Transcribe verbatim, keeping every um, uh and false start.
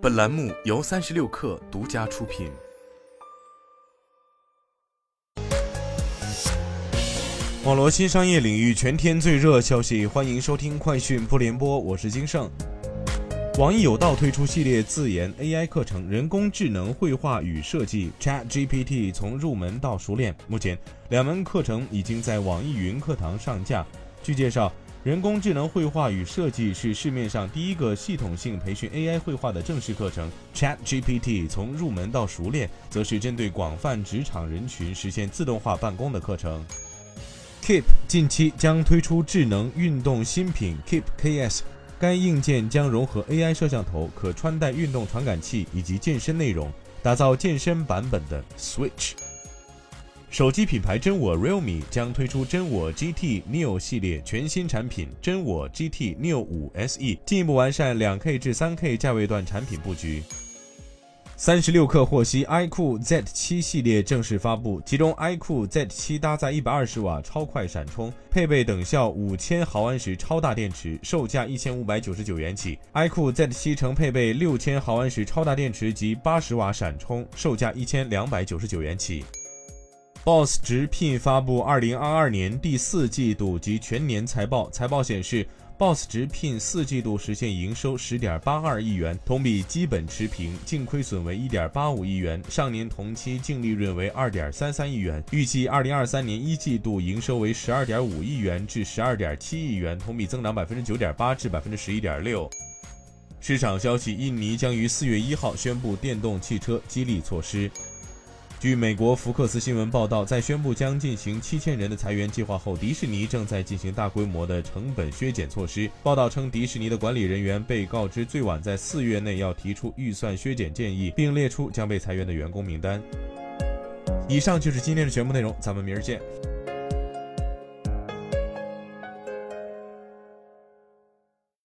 本栏目由三十六氪独家出品。网络新商业领域全天最热消息，欢迎收听快讯不联播，我是金盛。网易有道推出系列自研 A I 课程，人工智能绘画与设计 ChatGPT 从入门到熟练。目前，两门课程已经在网易云课堂上架。据介绍，人工智能绘画与设计是市面上第一个系统性培训 A I 绘画的正式课程。ChatGPT 从入门到熟练，则是针对广泛职场人群实现自动化办公的课程。Keep 近期将推出智能运动新品 Keep K S， 该硬件将融合 A I 摄像头、可穿戴运动传感器以及健身内容，打造健身版本的 Switch。手机品牌真我 Realme 将推出真我 G T Neo 系列全新产品真我 G T Neo 五 S E， 进一步完善 两 K 至三 K 价位段产品布局。三十六氪获悉 iQOO Z 七 系列正式发布，其中 iQOO Z 七 搭载一百二十瓦超快闪充，配备等效五千毫安时超大电池，售价一千五百九十九元起。iQOO Z 七 曾配备六千毫安时超大电池及八十瓦闪充，售价一千两百九十九元起。B O S S 直聘发布二零二二年第四季度及全年财报，财报显示 B O S S 直聘四季度实现营收 十点八二亿元，同比基本持平，净亏损为 一点八五亿元，上年同期净利润为 二点三三亿元，预计二零二三年一季度营收为 十二点五亿元至 十二点七亿元，同比增长 百分之九点八 至 百分之十一点六。市场消息，印尼将于四月一号宣布电动汽车激励措施。据美国福克斯新闻报道，在宣布将进行七千人的裁员计划后，迪士尼正在进行大规模的成本削减措施。报道称，迪士尼的管理人员被告知最晚在四月内要提出预算削减建议，并列出将被裁员的员工名单。以上就是今天的全部内容，咱们明儿见。